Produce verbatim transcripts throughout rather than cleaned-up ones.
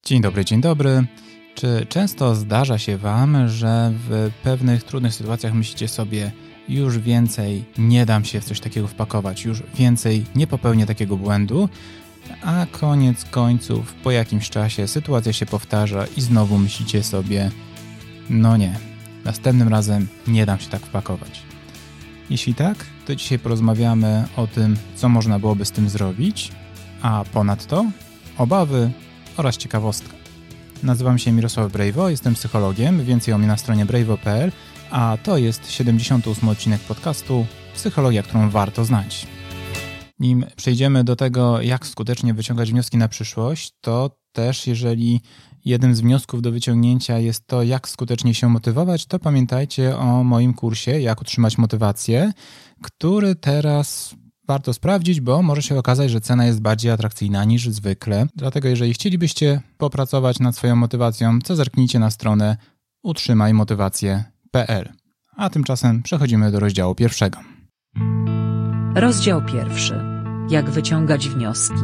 Dzień dobry, dzień dobry. Czy często zdarza się Wam, że w pewnych trudnych sytuacjach myślicie sobie, już więcej nie dam się w coś takiego wpakować, już więcej nie popełnię takiego błędu, a koniec końców po jakimś czasie sytuacja się powtarza i znowu myślicie sobie, no nie, następnym razem nie dam się tak wpakować. Jeśli tak, to dzisiaj porozmawiamy o tym, co można byłoby z tym zrobić, a ponadto obawy oraz ciekawostka. Nazywam się Mirosław Brejwo, jestem psychologiem, więcej o mnie na stronie brejwo kropka pe el, a to jest siedemdziesiąty ósmy odcinek podcastu Psychologia, którą warto znać. Nim przejdziemy do tego, jak skutecznie wyciągać wnioski na przyszłość, to też jeżeli jednym z wniosków do wyciągnięcia jest to, jak skutecznie się motywować, to pamiętajcie o moim kursie Jak utrzymać motywację, który teraz warto sprawdzić, bo może się okazać, że cena jest bardziej atrakcyjna niż zwykle. Dlatego jeżeli chcielibyście popracować nad swoją motywacją, to zerknijcie na stronę utrzymaj motywację kropka pe el. A tymczasem przechodzimy do rozdziału pierwszego. Rozdział pierwszy. Jak wyciągać wnioski?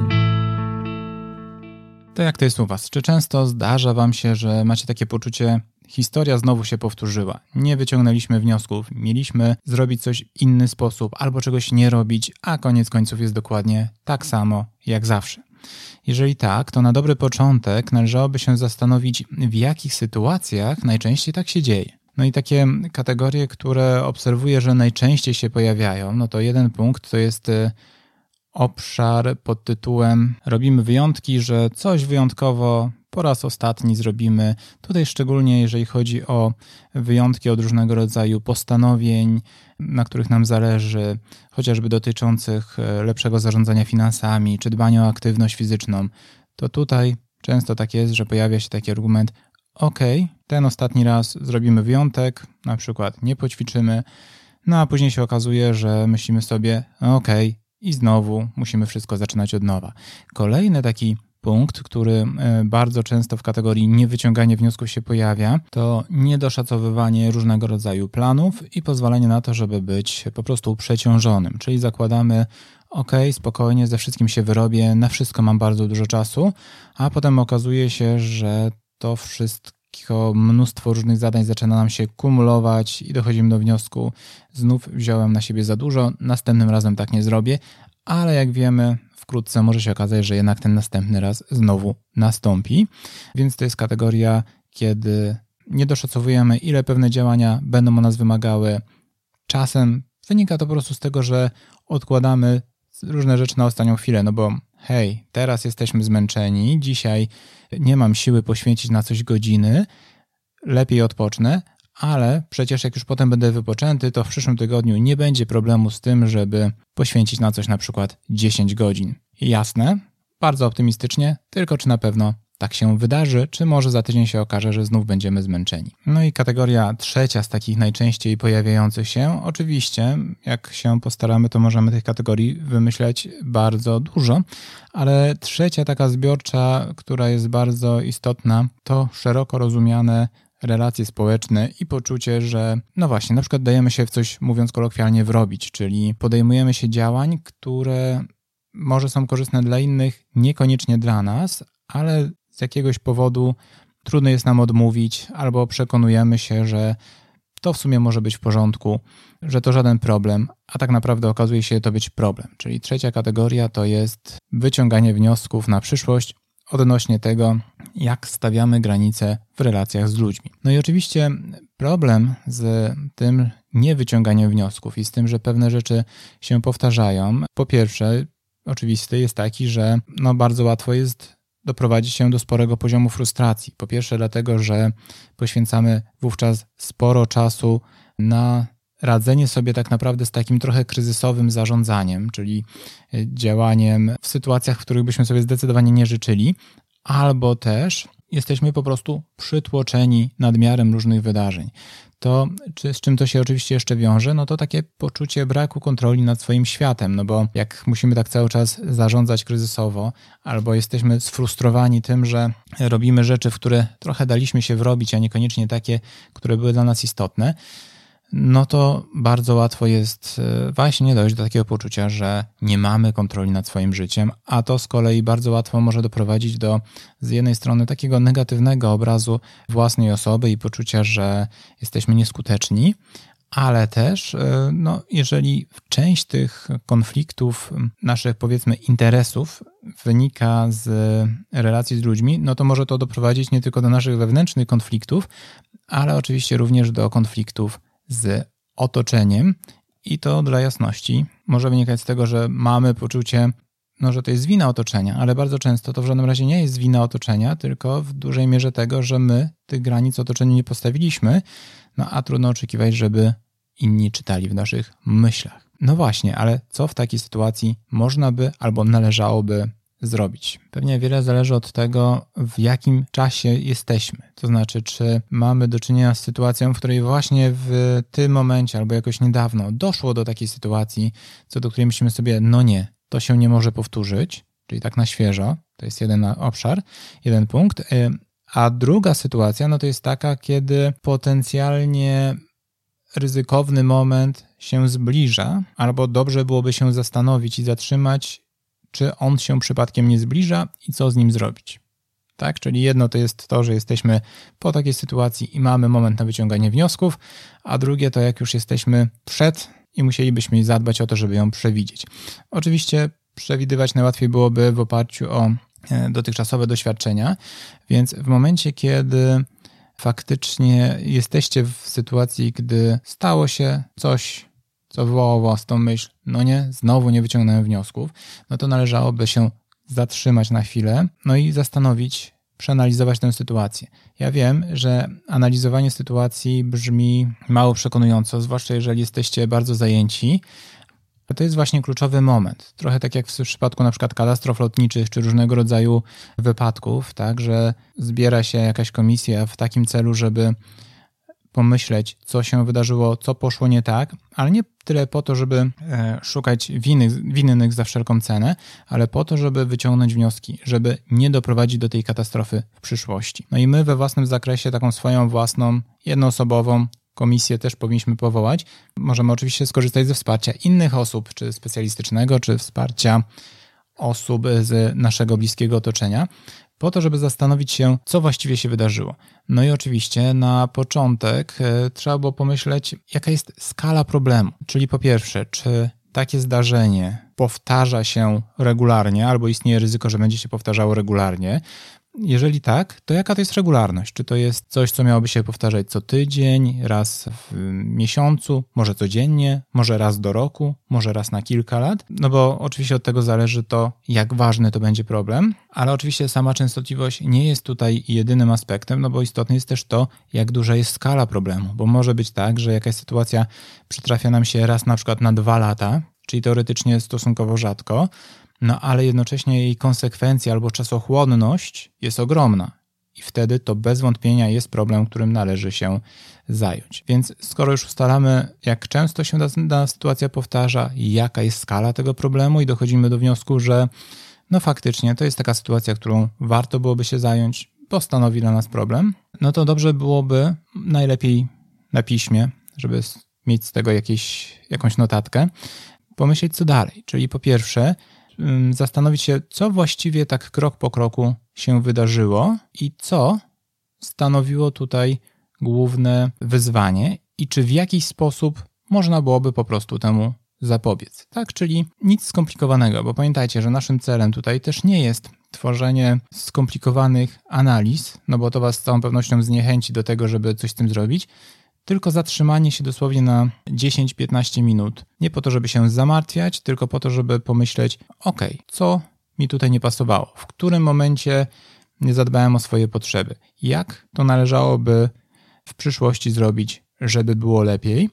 To jak to jest u Was? Czy często zdarza Wam się, że macie takie poczucie, historia znowu się powtórzyła, nie wyciągnęliśmy wniosków, mieliśmy zrobić coś w inny sposób albo czegoś nie robić, a koniec końców jest dokładnie tak samo jak zawsze? Jeżeli tak, to na dobry początek należałoby się zastanowić, w jakich sytuacjach najczęściej tak się dzieje. No i takie kategorie, które obserwuję, że najczęściej się pojawiają, no to jeden punkt to jest obszar pod tytułem robimy wyjątki, że coś wyjątkowo po raz ostatni zrobimy. Tutaj szczególnie jeżeli chodzi o wyjątki od różnego rodzaju postanowień, na których nam zależy, chociażby dotyczących lepszego zarządzania finansami czy dbania o aktywność fizyczną, to tutaj często tak jest, że pojawia się taki argument, ok, ten ostatni raz zrobimy wyjątek, na przykład nie poćwiczymy, no a później się okazuje, że myślimy sobie, ok, i znowu musimy wszystko zaczynać od nowa. Kolejny taki punkt, który bardzo często w kategorii niewyciąganie wniosków się pojawia, to niedoszacowywanie różnego rodzaju planów i pozwolenie na to, żeby być po prostu przeciążonym. Czyli zakładamy, ok, spokojnie, ze wszystkim się wyrobię, na wszystko mam bardzo dużo czasu, a potem okazuje się, że to wszystko mnóstwo różnych zadań zaczyna nam się kumulować i dochodzimy do wniosku, znów wziąłem na siebie za dużo, następnym razem tak nie zrobię, ale jak wiemy, wkrótce może się okazać, że jednak ten następny raz znowu nastąpi. Więc to jest kategoria, kiedy nie doszacowujemy, ile pewne działania będą od nas wymagały. Czasem wynika to po prostu z tego, że odkładamy różne rzeczy na ostatnią chwilę, no bo hej, teraz jesteśmy zmęczeni, dzisiaj nie mam siły poświęcić na coś godziny, lepiej odpocznę, ale przecież jak już potem będę wypoczęty, to w przyszłym tygodniu nie będzie problemu z tym, żeby poświęcić na coś na przykład dziesięć godzin. Jasne, bardzo optymistycznie, tylko czy na pewno tak się wydarzy, czy może za tydzień się okaże, że znów będziemy zmęczeni. No i kategoria trzecia z takich najczęściej pojawiających się, oczywiście jak się postaramy, to możemy tych kategorii wymyśleć bardzo dużo, ale trzecia taka zbiorcza, która jest bardzo istotna, to szeroko rozumiane relacje społeczne i poczucie, że no właśnie, na przykład dajemy się w coś, mówiąc kolokwialnie, wrobić, czyli podejmujemy się działań, które może są korzystne dla innych, niekoniecznie dla nas, ale z jakiegoś powodu trudno jest nam odmówić albo przekonujemy się, że to w sumie może być w porządku, że to żaden problem, a tak naprawdę okazuje się to być problem. Czyli trzecia kategoria to jest wyciąganie wniosków na przyszłość odnośnie tego, jak stawiamy granice w relacjach z ludźmi. No i oczywiście problem z tym niewyciąganiem wniosków i z tym, że pewne rzeczy się powtarzają, po pierwsze oczywisty jest taki, że no bardzo łatwo jest doprowadzić się do sporego poziomu frustracji. Po pierwsze dlatego, że poświęcamy wówczas sporo czasu na radzenie sobie tak naprawdę z takim trochę kryzysowym zarządzaniem, czyli działaniem w sytuacjach, w których byśmy sobie zdecydowanie nie życzyli, albo też jesteśmy po prostu przytłoczeni nadmiarem różnych wydarzeń. To, czy, z czym to się oczywiście jeszcze wiąże, no to takie poczucie braku kontroli nad swoim światem, no bo jak musimy tak cały czas zarządzać kryzysowo, albo jesteśmy sfrustrowani tym, że robimy rzeczy, w które trochę daliśmy się wrobić, a niekoniecznie takie, które były dla nas istotne, no to bardzo łatwo jest właśnie dojść do takiego poczucia, że nie mamy kontroli nad swoim życiem, a to z kolei bardzo łatwo może doprowadzić do z jednej strony takiego negatywnego obrazu własnej osoby i poczucia, że jesteśmy nieskuteczni, ale też no, jeżeli część tych konfliktów, naszych powiedzmy interesów wynika z relacji z ludźmi, no to może to doprowadzić nie tylko do naszych wewnętrznych konfliktów, ale oczywiście również do konfliktów z otoczeniem i to dla jasności może wynikać z tego, że mamy poczucie, no, że to jest wina otoczenia, ale bardzo często to w żadnym razie nie jest wina otoczenia, tylko w dużej mierze tego, że my tych granic otoczeniu nie postawiliśmy, no a trudno oczekiwać, żeby inni czytali w naszych myślach. No właśnie, ale co w takiej sytuacji można by albo należałoby zrobić? Pewnie wiele zależy od tego, w jakim czasie jesteśmy. To znaczy, czy mamy do czynienia z sytuacją, w której właśnie w tym momencie albo jakoś niedawno doszło do takiej sytuacji, co do której myślimy sobie, no nie, to się nie może powtórzyć, czyli tak na świeżo. To jest jeden obszar, jeden punkt. A druga sytuacja, no to jest taka, kiedy potencjalnie ryzykowny moment się zbliża, albo dobrze byłoby się zastanowić i zatrzymać, czy on się przypadkiem nie zbliża i co z nim zrobić. Tak? Czyli jedno to jest to, że jesteśmy po takiej sytuacji i mamy moment na wyciąganie wniosków, a drugie to jak już jesteśmy przed i musielibyśmy zadbać o to, żeby ją przewidzieć. Oczywiście przewidywać najłatwiej byłoby w oparciu o dotychczasowe doświadczenia, więc w momencie, kiedy faktycznie jesteście w sytuacji, gdy stało się coś, co wywołało was tą myśl, no nie, znowu nie wyciągnąłem wniosków, no to należałoby się zatrzymać na chwilę, no i zastanowić, przeanalizować tę sytuację. Ja wiem, że analizowanie sytuacji brzmi mało przekonująco, zwłaszcza jeżeli jesteście bardzo zajęci. To jest właśnie kluczowy moment. Trochę tak jak w przypadku na przykład katastrof lotniczych czy różnego rodzaju wypadków, tak, że zbiera się jakaś komisja w takim celu, żeby pomyśleć, co się wydarzyło, co poszło nie tak, ale nie tyle po to, żeby szukać winy, winnych za wszelką cenę, ale po to, żeby wyciągnąć wnioski, żeby nie doprowadzić do tej katastrofy w przyszłości. No i my we własnym zakresie taką swoją własną, jednoosobową komisję też powinniśmy powołać. Możemy oczywiście skorzystać ze wsparcia innych osób, czy specjalistycznego, czy wsparcia osób z naszego bliskiego otoczenia, po to, żeby zastanowić się, co właściwie się wydarzyło. No i oczywiście na początek trzeba było pomyśleć, jaka jest skala problemu. Czyli po pierwsze, czy takie zdarzenie powtarza się regularnie, albo istnieje ryzyko, że będzie się powtarzało regularnie. Jeżeli tak, to jaka to jest regularność? Czy to jest coś, co miałoby się powtarzać co tydzień, raz w miesiącu, może codziennie, może raz do roku, może raz na kilka lat? No bo oczywiście od tego zależy to, jak ważny to będzie problem, ale oczywiście sama częstotliwość nie jest tutaj jedynym aspektem, no bo istotne jest też to, jak duża jest skala problemu, bo może być tak, że jakaś sytuacja przytrafia nam się raz na przykład na dwa lata, czyli teoretycznie stosunkowo rzadko, no ale jednocześnie jej konsekwencja albo czasochłonność jest ogromna i wtedy to bez wątpienia jest problem, którym należy się zająć. Więc skoro już ustalamy, jak często się dana sytuacja powtarza, jaka jest skala tego problemu i dochodzimy do wniosku, że no faktycznie to jest taka sytuacja, którą warto byłoby się zająć, bo stanowi dla nas problem, no to dobrze byłoby najlepiej na piśmie, żeby mieć z tego jakieś, jakąś notatkę, pomyśleć co dalej. Czyli po pierwsze zastanowić się, co właściwie tak krok po kroku się wydarzyło i co stanowiło tutaj główne wyzwanie i czy w jakiś sposób można byłoby po prostu temu zapobiec. Tak, czyli nic skomplikowanego, bo pamiętajcie, że naszym celem tutaj też nie jest tworzenie skomplikowanych analiz, no bo to was z całą pewnością zniechęci do tego, żeby coś z tym zrobić, tylko zatrzymanie się dosłownie na dziesięć do piętnastu minut. Nie po to, żeby się zamartwiać, tylko po to, żeby pomyśleć, ok, co mi tutaj nie pasowało, w którym momencie nie zadbałem o swoje potrzeby, jak to należałoby w przyszłości zrobić, żeby było lepiej.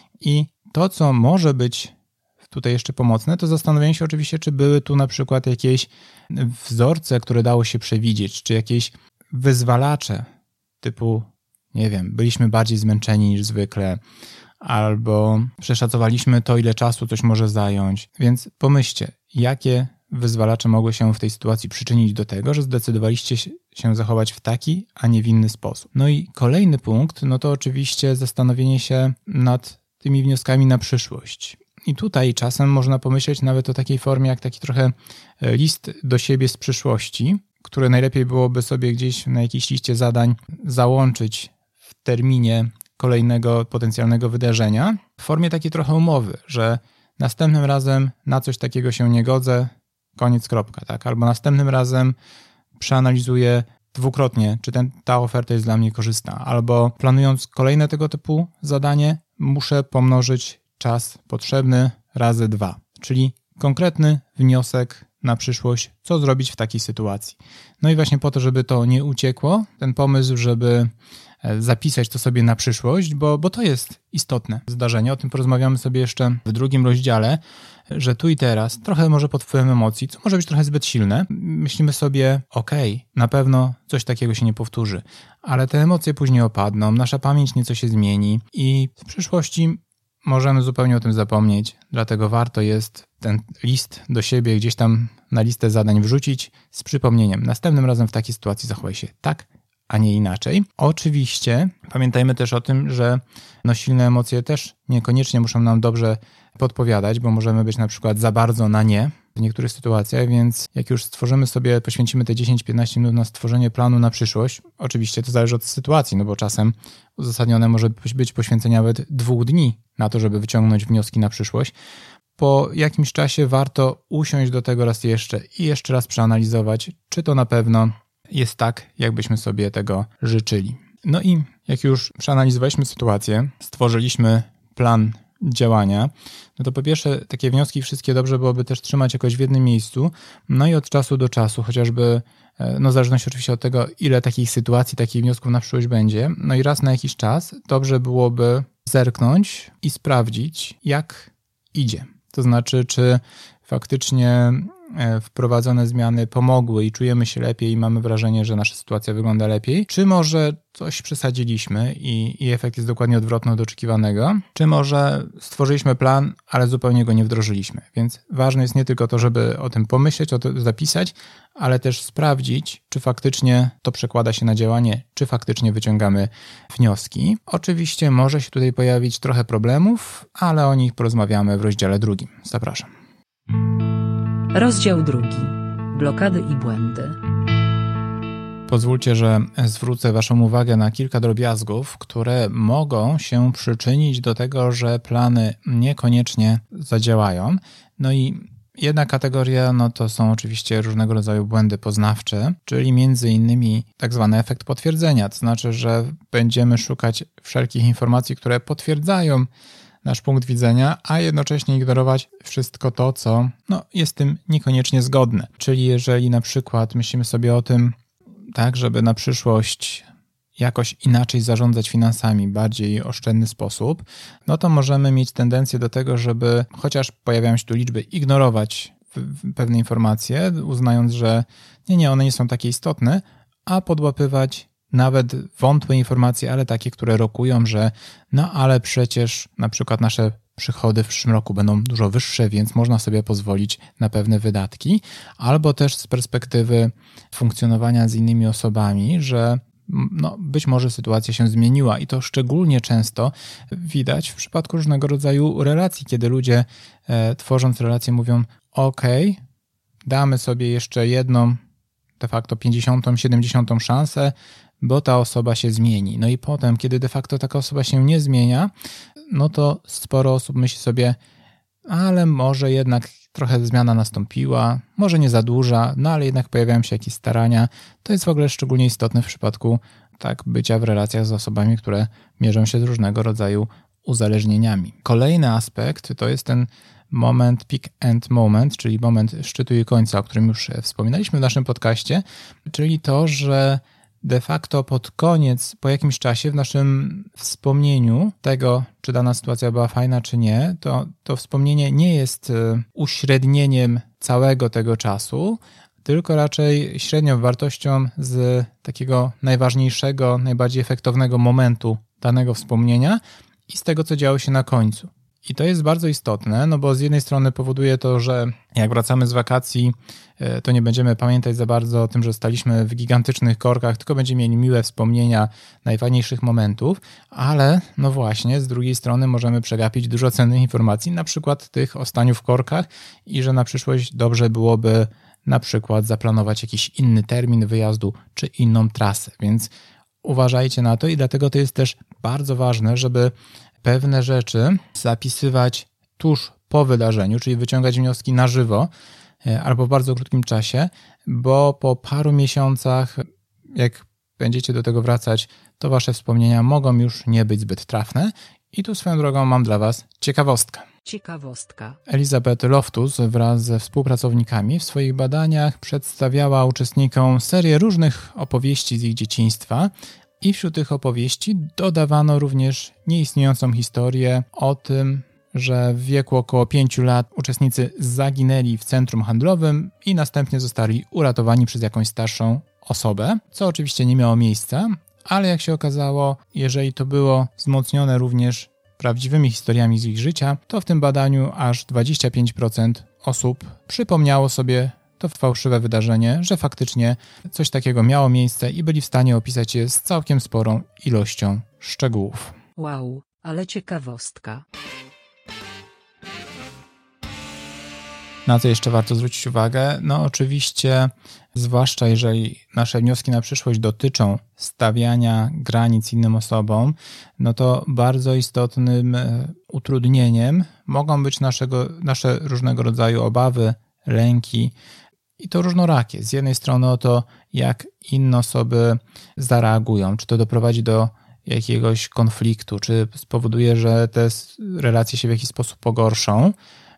I to, co może być tutaj jeszcze pomocne, to zastanowienie się oczywiście, czy były tu na przykład jakieś wzorce, które dało się przewidzieć, czy jakieś wyzwalacze typu nie wiem, byliśmy bardziej zmęczeni niż zwykle, albo przeszacowaliśmy to, ile czasu coś może zająć. Więc pomyślcie, jakie wyzwalacze mogły się w tej sytuacji przyczynić do tego, że zdecydowaliście się zachować w taki, a nie w inny sposób. No i kolejny punkt, no to oczywiście zastanowienie się nad tymi wnioskami na przyszłość. I tutaj czasem można pomyśleć nawet o takiej formie, jak taki trochę list do siebie z przyszłości, który najlepiej byłoby sobie gdzieś na jakiejś liście zadań załączyć w terminie kolejnego potencjalnego wydarzenia, w formie takiej trochę umowy, że następnym razem na coś takiego się nie godzę, koniec, kropka, tak? Albo następnym razem przeanalizuję dwukrotnie, czy ten, ta oferta jest dla mnie korzystna, albo planując kolejne tego typu zadanie, muszę pomnożyć czas potrzebny razy dwa, czyli konkretny wniosek na przyszłość, co zrobić w takiej sytuacji. No i właśnie po to, żeby to nie uciekło, ten pomysł, żeby zapisać to sobie na przyszłość, bo, bo to jest istotne zdarzenie. O tym porozmawiamy sobie jeszcze w drugim rozdziale, że tu i teraz, trochę może pod wpływem emocji, co może być trochę zbyt silne, myślimy sobie, okej, okay, na pewno coś takiego się nie powtórzy, ale te emocje później opadną, nasza pamięć nieco się zmieni i w przyszłości możemy zupełnie o tym zapomnieć, dlatego warto jest ten list do siebie gdzieś tam na listę zadań wrzucić z przypomnieniem. Następnym razem w takiej sytuacji zachowaj się tak, a nie inaczej. Oczywiście pamiętajmy też o tym, że no silne emocje też niekoniecznie muszą nam dobrze podpowiadać, bo możemy być na przykład za bardzo na nie w niektórych sytuacjach, więc jak już stworzymy sobie, poświęcimy te dziesięć do piętnastu minut na stworzenie planu na przyszłość, oczywiście to zależy od sytuacji, no bo czasem uzasadnione może być poświęcenie nawet dwóch dni na to, żeby wyciągnąć wnioski na przyszłość. Po jakimś czasie warto usiąść do tego raz jeszcze i jeszcze raz przeanalizować, czy to na pewno jest tak, jakbyśmy sobie tego życzyli. No i jak już przeanalizowaliśmy sytuację, stworzyliśmy plan działania, no to po pierwsze takie wnioski wszystkie dobrze byłoby też trzymać jakoś w jednym miejscu, no i od czasu do czasu, chociażby no w zależności oczywiście od tego, ile takich sytuacji, takich wniosków na przyszłość będzie, no i raz na jakiś czas dobrze byłoby zerknąć i sprawdzić, jak idzie. To znaczy, czy faktycznie wprowadzone zmiany pomogły i czujemy się lepiej i mamy wrażenie, że nasza sytuacja wygląda lepiej, czy może coś przesadziliśmy i, i efekt jest dokładnie odwrotny od oczekiwanego, czy może stworzyliśmy plan, ale zupełnie go nie wdrożyliśmy. Więc ważne jest nie tylko to, żeby o tym pomyśleć, o tym zapisać, ale też sprawdzić, czy faktycznie to przekłada się na działanie, czy faktycznie wyciągamy wnioski. Oczywiście może się tutaj pojawić trochę problemów, ale o nich porozmawiamy w rozdziale drugim. Zapraszam. Rozdział drugi. Blokady i błędy. Pozwólcie, że zwrócę Waszą uwagę na kilka drobiazgów, które mogą się przyczynić do tego, że plany niekoniecznie zadziałają. No i jedna kategoria no to są oczywiście różnego rodzaju błędy poznawcze, czyli między innymi tak zwany efekt potwierdzenia. To znaczy, że będziemy szukać wszelkich informacji, które potwierdzają nasz punkt widzenia, a jednocześnie ignorować wszystko to, co no, jest z tym niekoniecznie zgodne. Czyli jeżeli na przykład myślimy sobie o tym, tak, żeby na przyszłość jakoś inaczej zarządzać finansami, bardziej oszczędny sposób, no to możemy mieć tendencję do tego, żeby chociaż pojawiają się tu liczby, ignorować pewne informacje, uznając, że nie, nie, one nie są takie istotne, a podłapywać nawet wątłe informacje, ale takie, które rokują, że no ale przecież na przykład nasze przychody w przyszłym roku będą dużo wyższe, więc można sobie pozwolić na pewne wydatki, albo też z perspektywy funkcjonowania z innymi osobami, że no, być może sytuacja się zmieniła i to szczególnie często widać w przypadku różnego rodzaju relacji, kiedy ludzie e, tworząc relacje mówią ok, damy sobie jeszcze jedną de facto pięćdziesiątą, siedemdziesiątą szansę, bo ta osoba się zmieni. No i potem, kiedy de facto taka osoba się nie zmienia, no to sporo osób myśli sobie, ale może jednak trochę zmiana nastąpiła, może nie za duża, no ale jednak pojawiają się jakieś starania. To jest w ogóle szczególnie istotne w przypadku tak bycia w relacjach z osobami, które mierzą się z różnego rodzaju uzależnieniami. Kolejny aspekt to jest ten moment peak end moment, czyli moment szczytu i końca, o którym już wspominaliśmy w naszym podcaście, czyli to, że de facto pod koniec, po jakimś czasie w naszym wspomnieniu tego, czy dana sytuacja była fajna, czy nie, to, to wspomnienie nie jest uśrednieniem całego tego czasu, tylko raczej średnią wartością z takiego najważniejszego, najbardziej efektownego momentu danego wspomnienia i z tego, co działo się na końcu. I to jest bardzo istotne, no bo z jednej strony powoduje to, że jak wracamy z wakacji, to nie będziemy pamiętać za bardzo o tym, że staliśmy w gigantycznych korkach, tylko będziemy mieli miłe wspomnienia najfajniejszych momentów, ale no właśnie, z drugiej strony możemy przegapić dużo cennych informacji, na przykład tych o staniu w korkach i że na przyszłość dobrze byłoby na przykład zaplanować jakiś inny termin wyjazdu czy inną trasę, więc uważajcie na to i dlatego to jest też bardzo ważne, żeby pewne rzeczy zapisywać tuż po wydarzeniu, czyli wyciągać wnioski na żywo albo w bardzo krótkim czasie, bo po paru miesiącach, jak będziecie do tego wracać, to wasze wspomnienia mogą już nie być zbyt trafne. I tu swoją drogą mam dla was ciekawostkę. Ciekawostka. Elizabeth Loftus wraz ze współpracownikami w swoich badaniach przedstawiała uczestnikom serię różnych opowieści z ich dzieciństwa i wśród tych opowieści dodawano również nieistniejącą historię o tym, że w wieku około pięciu lat uczestnicy zaginęli w centrum handlowym i następnie zostali uratowani przez jakąś starszą osobę, co oczywiście nie miało miejsca, ale jak się okazało, jeżeli to było wzmocnione również prawdziwymi historiami z ich życia, to w tym badaniu aż dwadzieścia pięć procent osób przypomniało sobie to fałszywe wydarzenie, że faktycznie coś takiego miało miejsce i byli w stanie opisać je z całkiem sporą ilością szczegółów. Wow, ale ciekawostka. Na co jeszcze warto zwrócić uwagę? No oczywiście, zwłaszcza jeżeli nasze wnioski na przyszłość dotyczą stawiania granic innym osobom, no to bardzo istotnym utrudnieniem mogą być naszego, nasze różnego rodzaju obawy, lęki i to różnorakie. Z jednej strony o to, jak inne osoby zareagują, czy to doprowadzi do jakiegoś konfliktu, czy spowoduje, że te relacje się w jakiś sposób pogorszą,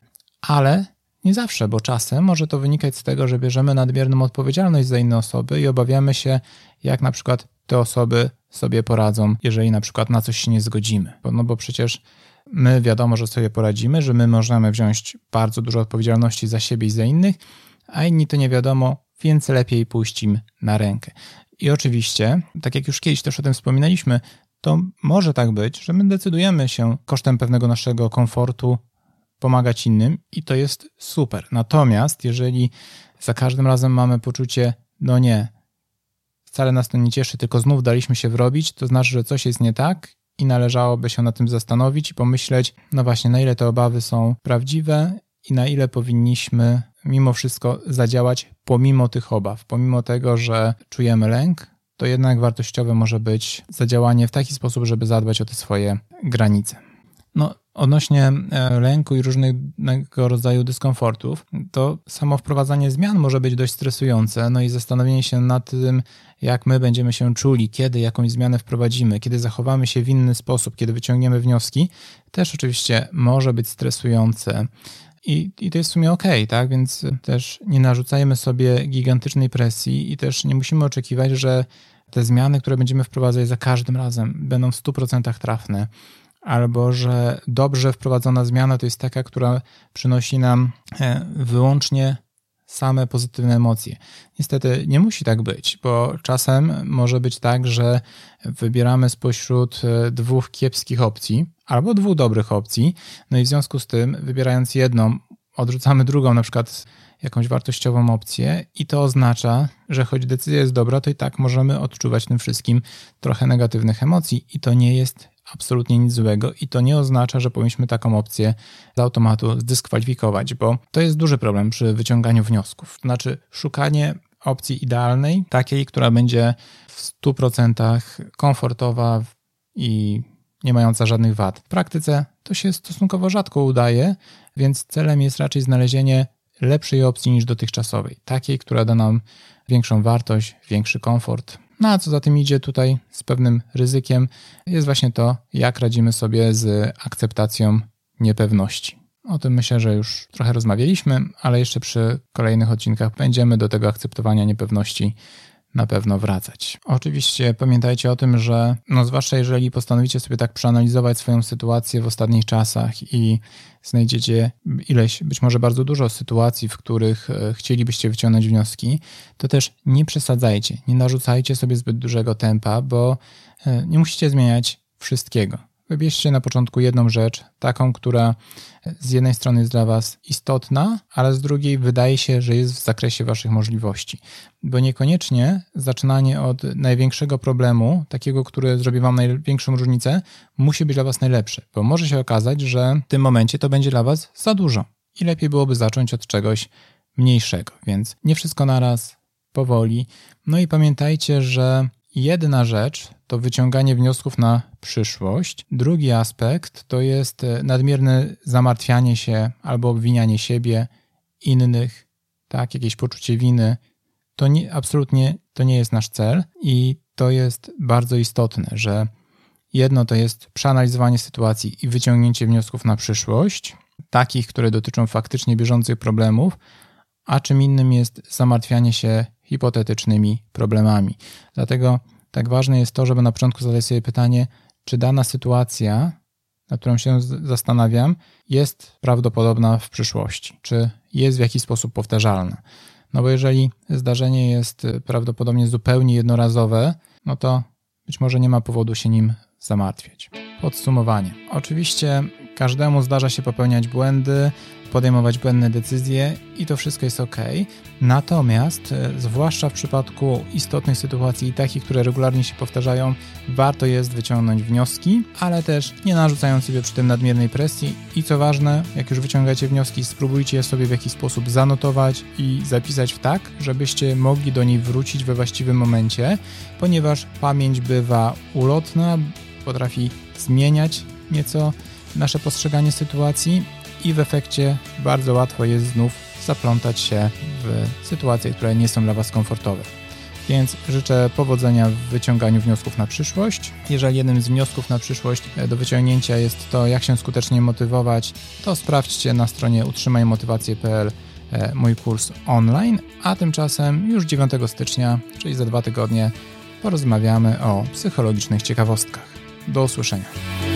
ale nie zawsze, bo czasem może to wynikać z tego, że bierzemy nadmierną odpowiedzialność za inne osoby i obawiamy się, jak na przykład te osoby sobie poradzą, jeżeli na przykład na coś się nie zgodzimy. No bo przecież my wiadomo, że sobie poradzimy, że my możemy wziąć bardzo dużo odpowiedzialności za siebie i za innych, a inni to nie wiadomo, więc lepiej pójść im na rękę. I oczywiście, tak jak już kiedyś też o tym wspominaliśmy, to może tak być, że my decydujemy się kosztem pewnego naszego komfortu pomagać innym i to jest super. Natomiast jeżeli za każdym razem mamy poczucie, no nie, wcale nas to nie cieszy, tylko znów daliśmy się wrobić, to znaczy, że coś jest nie tak i należałoby się nad tym zastanowić i pomyśleć, no właśnie, na ile te obawy są prawdziwe i na ile powinniśmy mimo wszystko zadziałać pomimo tych obaw, pomimo tego, że czujemy lęk, to jednak wartościowe może być zadziałanie w taki sposób, żeby zadbać o te swoje granice. No, odnośnie lęku i różnego rodzaju dyskomfortów, to samo wprowadzanie zmian może być dość stresujące, no i zastanowienie się nad tym, jak my będziemy się czuli, kiedy jakąś zmianę wprowadzimy, kiedy zachowamy się w inny sposób, kiedy wyciągniemy wnioski, też oczywiście może być stresujące. I, i to jest w sumie okej, okay, tak? Więc też nie narzucajmy sobie gigantycznej presji i też nie musimy oczekiwać, że te zmiany, które będziemy wprowadzać za każdym razem, będą w stu procentach trafne. Albo że dobrze wprowadzona zmiana to jest taka, która przynosi nam wyłącznie same pozytywne emocje. Niestety nie musi tak być, bo czasem może być tak, że wybieramy spośród dwóch kiepskich opcji albo dwóch dobrych opcji, no i w związku z tym, wybierając jedną, odrzucamy drugą, na przykład jakąś wartościową opcję i to oznacza, że choć decyzja jest dobra, to i tak możemy odczuwać tym wszystkim trochę negatywnych emocji i to nie jest absolutnie nic złego i to nie oznacza, że powinniśmy taką opcję z automatu zdyskwalifikować, bo to jest duży problem przy wyciąganiu wniosków. To znaczy szukanie opcji idealnej, takiej, która będzie w stu procentach komfortowa i nie mająca żadnych wad. W praktyce to się stosunkowo rzadko udaje, więc celem jest raczej znalezienie lepszej opcji niż dotychczasowej. Takiej, która da nam większą wartość, większy komfort. No a co za tym idzie tutaj z pewnym ryzykiem, jest właśnie to, jak radzimy sobie z akceptacją niepewności. O tym myślę, że już trochę rozmawialiśmy, ale jeszcze przy kolejnych odcinkach będziemy do tego akceptowania niepewności na pewno wracać. Oczywiście pamiętajcie o tym, że no zwłaszcza jeżeli postanowicie sobie tak przeanalizować swoją sytuację w ostatnich czasach i znajdziecie ileś, być może bardzo dużo sytuacji, w których chcielibyście wyciągnąć wnioski, to też nie przesadzajcie, nie narzucajcie sobie zbyt dużego tempa, bo nie musicie zmieniać wszystkiego. wybierzcie na początku jedną rzecz, taką, która z jednej strony jest dla Was istotna, ale z drugiej wydaje się, że jest w zakresie Waszych możliwości. Bo niekoniecznie zaczynanie od największego problemu, takiego, który zrobi Wam największą różnicę, musi być dla Was najlepszy, bo może się okazać, że w tym momencie to będzie dla Was za dużo i lepiej byłoby zacząć od czegoś mniejszego, więc nie wszystko naraz, powoli. No i pamiętajcie, że jedna rzecz to wyciąganie wniosków na przyszłość. Drugi aspekt to jest nadmierne zamartwianie się albo obwinianie siebie, innych, tak, jakieś poczucie winy. To nie, absolutnie to nie jest nasz cel i to jest bardzo istotne, że jedno to jest przeanalizowanie sytuacji i wyciągnięcie wniosków na przyszłość, takich, które dotyczą faktycznie bieżących problemów, a czym innym jest zamartwianie się hipotetycznymi problemami. Dlatego tak ważne jest to, żeby na początku zadać sobie pytanie, czy dana sytuacja, nad którą się zastanawiam, jest prawdopodobna w przyszłości, czy jest w jakiś sposób powtarzalna. No bo jeżeli zdarzenie jest prawdopodobnie zupełnie jednorazowe, no to być może nie ma powodu się nim zamartwiać. Podsumowanie. Oczywiście każdemu zdarza się popełniać błędy, podejmować błędne decyzje i to wszystko jest ok. Natomiast, zwłaszcza w przypadku istotnych sytuacji, takich, które regularnie się powtarzają, warto jest wyciągnąć wnioski, ale też nie narzucając sobie przy tym nadmiernej presji i co ważne, jak już wyciągacie wnioski, spróbujcie je sobie w jakiś sposób zanotować i zapisać w tak, żebyście mogli do niej wrócić we właściwym momencie, ponieważ pamięć bywa ulotna, potrafi zmieniać nieco nasze postrzeganie sytuacji i w efekcie bardzo łatwo jest znów zaplątać się w sytuacje, które nie są dla Was komfortowe. Więc życzę powodzenia w wyciąganiu wniosków na przyszłość. Jeżeli jednym z wniosków na przyszłość do wyciągnięcia jest to, jak się skutecznie motywować, to sprawdźcie na stronie utrzymaj motywację kropka p l mój kurs online, a tymczasem już dziewiątego stycznia, czyli za dwa tygodnie, porozmawiamy o psychologicznych ciekawostkach. Do usłyszenia.